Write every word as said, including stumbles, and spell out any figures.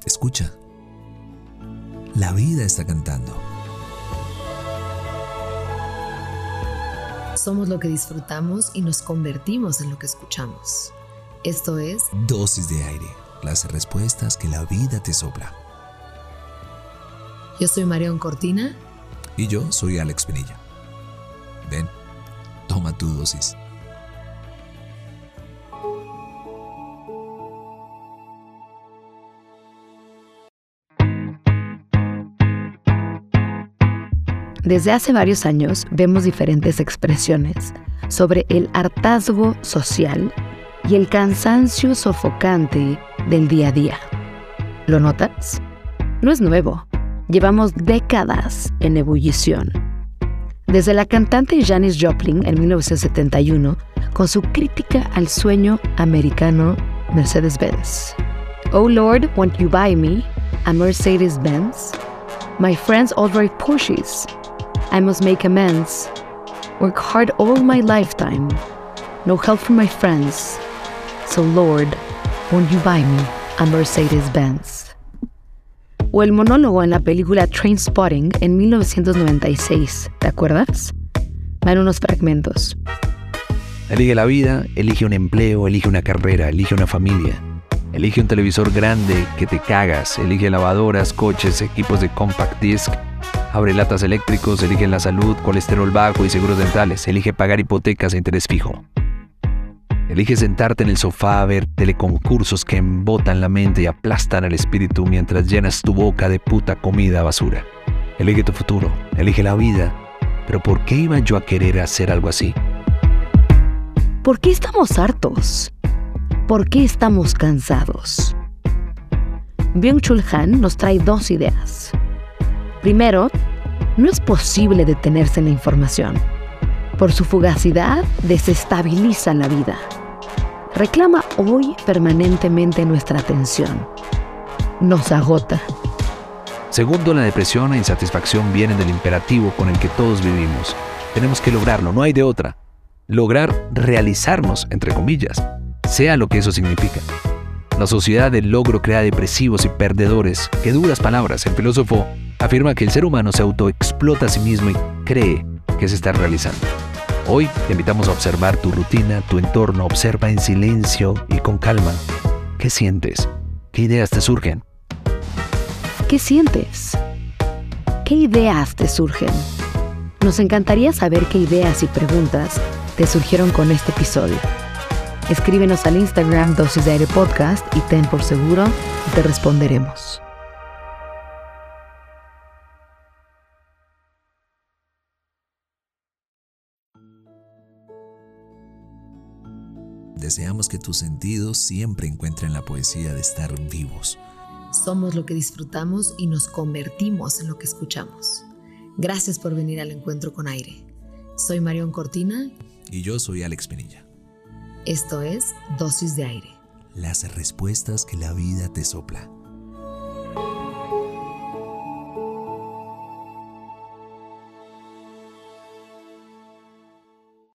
Escucha. La vida está cantando. Somos lo que disfrutamos y nos convertimos en lo que escuchamos. Esto es Dosis de aire, las respuestas que la vida te sopla. Yo soy Marión Cortina. Y yo soy Alex Pinilla. Ven, toma tu dosis. Desde hace varios años vemos diferentes expresiones sobre el hartazgo social y el cansancio sofocante del día a día. ¿Lo notas? No es nuevo. Llevamos décadas en ebullición. Desde la cantante Janis Joplin en mil novecientos setenta y uno, con su crítica al sueño americano Mercedes-Benz. Oh Lord, won't you buy me a Mercedes-Benz? My friends all drive Porsches. I must make amends. Work hard all my lifetime. No help from my friends. So Lord, won't you buy me a Mercedes-Benz? O el monólogo en la película Trainspotting en mil novecientos noventa y seis, ¿te acuerdas? Van unos fragmentos. Elige la vida, elige un empleo, elige una carrera, elige una familia. Elige un televisor grande que te cagas, elige lavadoras, coches, equipos de compact disc, abre latas eléctricos, elige la salud, colesterol bajo y seguros dentales, elige pagar hipotecas a interés fijo. Elige sentarte en el sofá a ver teleconcursos que embotan la mente y aplastan el espíritu mientras llenas tu boca de puta comida basura. Elige tu futuro, elige la vida. Pero ¿por qué iba yo a querer hacer algo así? ¿Por qué estamos hartos? ¿Por qué estamos cansados? Byung-Chul Han nos trae dos ideas. Primero, no es posible detenerse en la información. Por su fugacidad, desestabiliza la vida. Reclama hoy permanentemente nuestra atención. Nos agota. Segundo, la depresión e insatisfacción vienen del imperativo con el que todos vivimos. Tenemos que lograrlo, no hay de otra. Lograr realizarnos, entre comillas, sea lo que eso significa. La sociedad del logro crea depresivos y perdedores. Qué duras palabras. El filósofo afirma que el ser humano se autoexplota a sí mismo y cree que se está realizando. Hoy te invitamos a observar tu rutina, tu entorno. Observa en silencio y con calma. ¿Qué sientes? ¿Qué ideas te surgen? ¿Qué sientes? ¿Qué ideas te surgen? Nos encantaría saber qué ideas y preguntas te surgieron con este episodio. Escríbenos al Instagram Dosis de Aire Podcast y ten por seguro que te responderemos. Deseamos que tus sentidos siempre encuentren la poesía de estar vivos. Somos lo que disfrutamos y nos convertimos en lo que escuchamos. Gracias por venir al encuentro con aire. Soy Marión Cortina. Y yo soy Alex Pinilla. Esto es Dosis de Aire. Las respuestas que la vida te sopla.